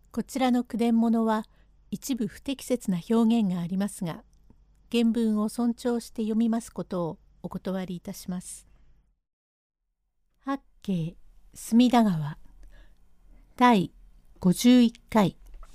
こちらの句伝物は一部不適切な表現がありますが、原文を尊重して読みますことをお断りいたします。八景隅田川第51回。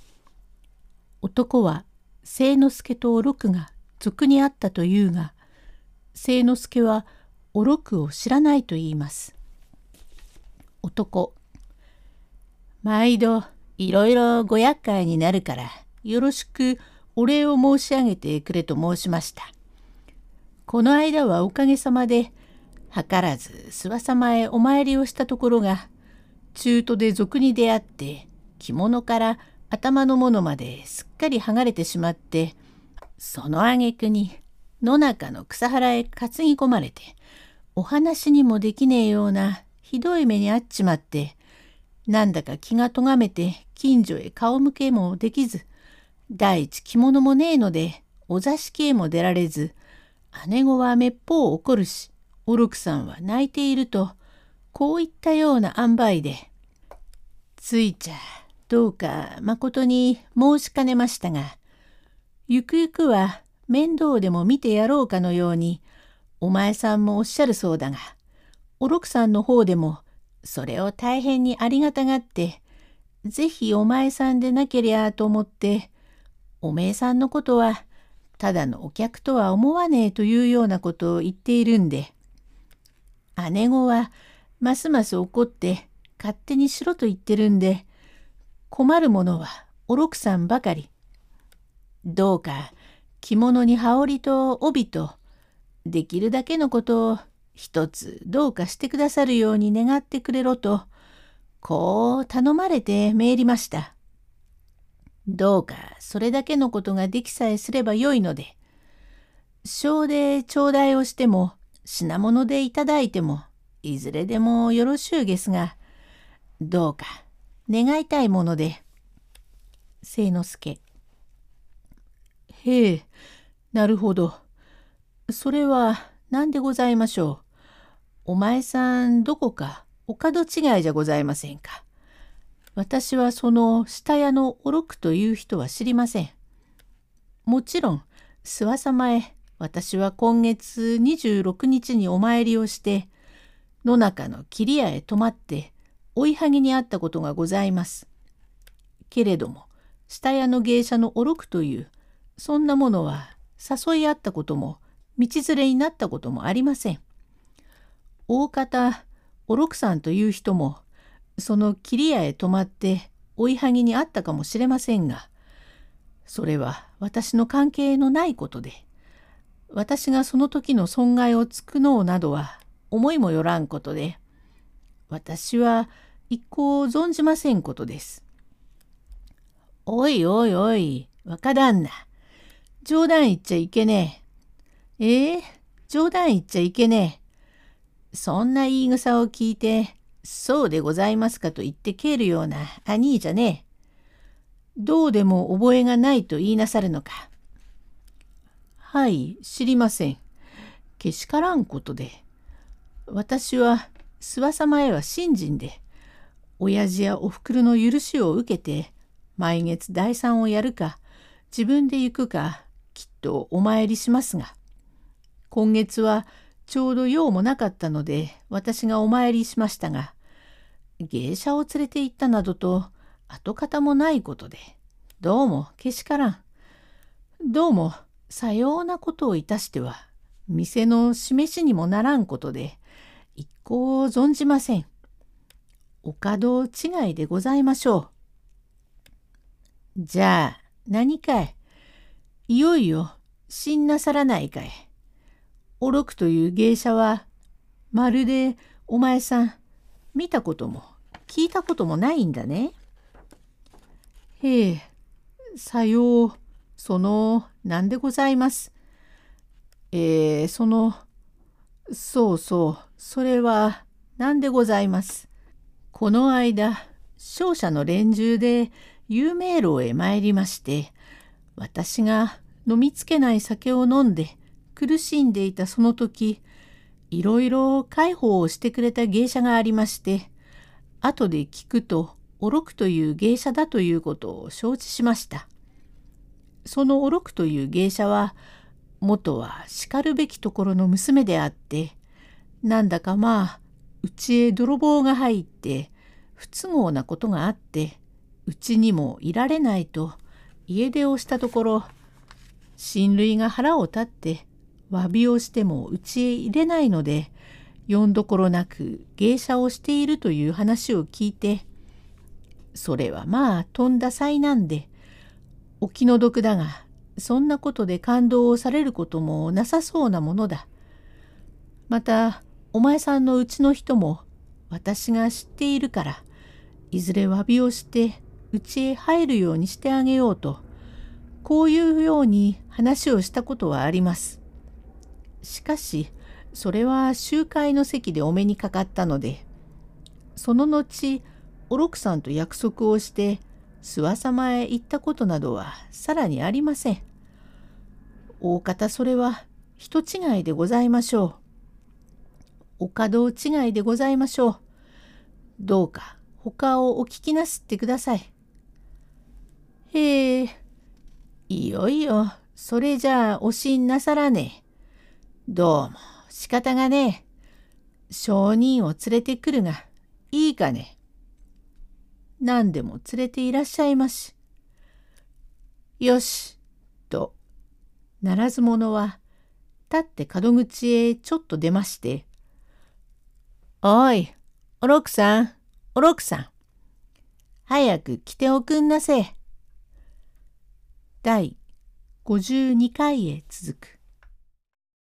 男は清之助とお六が俗にあったというが、清之助はお六を知らないと言います。男、毎度いろいろご厄介になるからよろしくお礼を申し上げてくれと申しました。この間はおかげさまで図らず諏訪様へお参りをしたところが、中途で賊に出会って着物から頭のものまですっかり剥がれてしまって、その挙句に野中の草原へ担ぎ込まれて、お話にもできねえようなひどい目に遭っちまって、なんだか気がとがめて近所へ顔向けもできず、第一着物もねえのでお座敷へも出られず、姉子はめっぽう怒るし、お六さんは泣いていると、こういったような塩梅で、ついちゃどうかまことに申しかねましたが、ゆくゆくは面倒でも見てやろうかのように、お前さんもおっしゃるそうだが、お六さんの方でもそれを大変にありがたがって、ぜひお前さんでなけりゃと思って、おめえさんのことはただのお客とは思わねえというようなことを言っているんで、姉子はますます怒って勝手にしろと言ってるんで、困るものはお六さんばかり。どうか着物に羽織と帯とできるだけのことを一つどうかしてくださるように願ってくれろと、こう頼まれて参りました。どうかそれだけのことができさえすればよいので、小で頂戴をしても品物でいただいてもいずれでもよろしゅうですが、どうか願いたいもので。清之助、へえ、なるほど。それは何でございましょう。お前さんどこかお門違いじゃございませんか。私はその下屋のお六という人は知りません。もちろん諏訪様へ私は今月26日にお参りをして、野中の桐屋へ泊まって追いはぎにあったことがございます。けれども下屋の芸者のお六というそんなものは誘い合ったことも道連れになったこともありません。大方お六さんという人もその桐屋へ泊まって追いはぎにあったかもしれませんが、それは私の関係のないことで、私がその時の損害をつくのうなどは思いもよらんことで、私は一向存じませんことです。おいおいおい、若旦那、冗談言っちゃいけねえ。冗談言っちゃいけねえ。そんな言い草を聞いて、そうでございますかと言って帰るような兄じゃねえ。どうでも覚えがないと言いなさるのか。はい、知りません。けしからんことで。私は諏訪様へは信心で、親父やおふくろの許しを受けて、毎月代参をやるか、自分で行くか、きっとお参りしますが、今月はちょうど用もなかったので、私がお参りしましたが、芸者を連れて行ったなどと跡形もないことで、どうもけしからん。どうもさようなことをいたしては、店の示しにもならんことで、一向存じません。お門違いでございましょう。じゃあ何かい、いよいよ死んなさらないかい。お六という芸者は、まるでお前さん、見たことも聞いたこともないんだね。へえ、さよう、なんでございます。そうそう、それはなんでございます。この間、商社の連中で有名楼へ参りまして、私が飲みつけない酒を飲んで苦しんでいたその時、いろいろ介抱をしてくれた芸者がありまして、後で聞くとおろくという芸者だということを承知しました。そのおろくという芸者は、元はしかるべきところの娘であって、なんだかうちへ泥棒が入って、不都合なことがあって、うちにもいられないと家出をしたところ、親類が腹を立って詫びをしてもうちへ入れないので、よんどころなく芸者をしているという話を聞いて、それはとんだ災難で、お気の毒だが、そんなことで感動をされることもなさそうなものだ。また、お前さんのうちの人も私が知っているから、いずれ詫びをしてうちへ入るようにしてあげようと、こういうように話をしたことはあります。しかし、それは集会の席でお目にかかったので、その後、おろくさんと約束をして、諏訪様へ行ったことなどはさらにありません。大方それは人違いでございましょう。お門違いでございましょう。どうか他をお聞きなすってください。へえ、いよいよそれじゃあおしんなさらねえ。どうも仕方がねえ。証人を連れてくるがいいかね。何でも連れていらっしゃいまし。よし、と、ならず者は、立って門口へちょっと出まして、おい、おろくさん、おろくさん、早く来ておくんなせえ。第52回へ続く。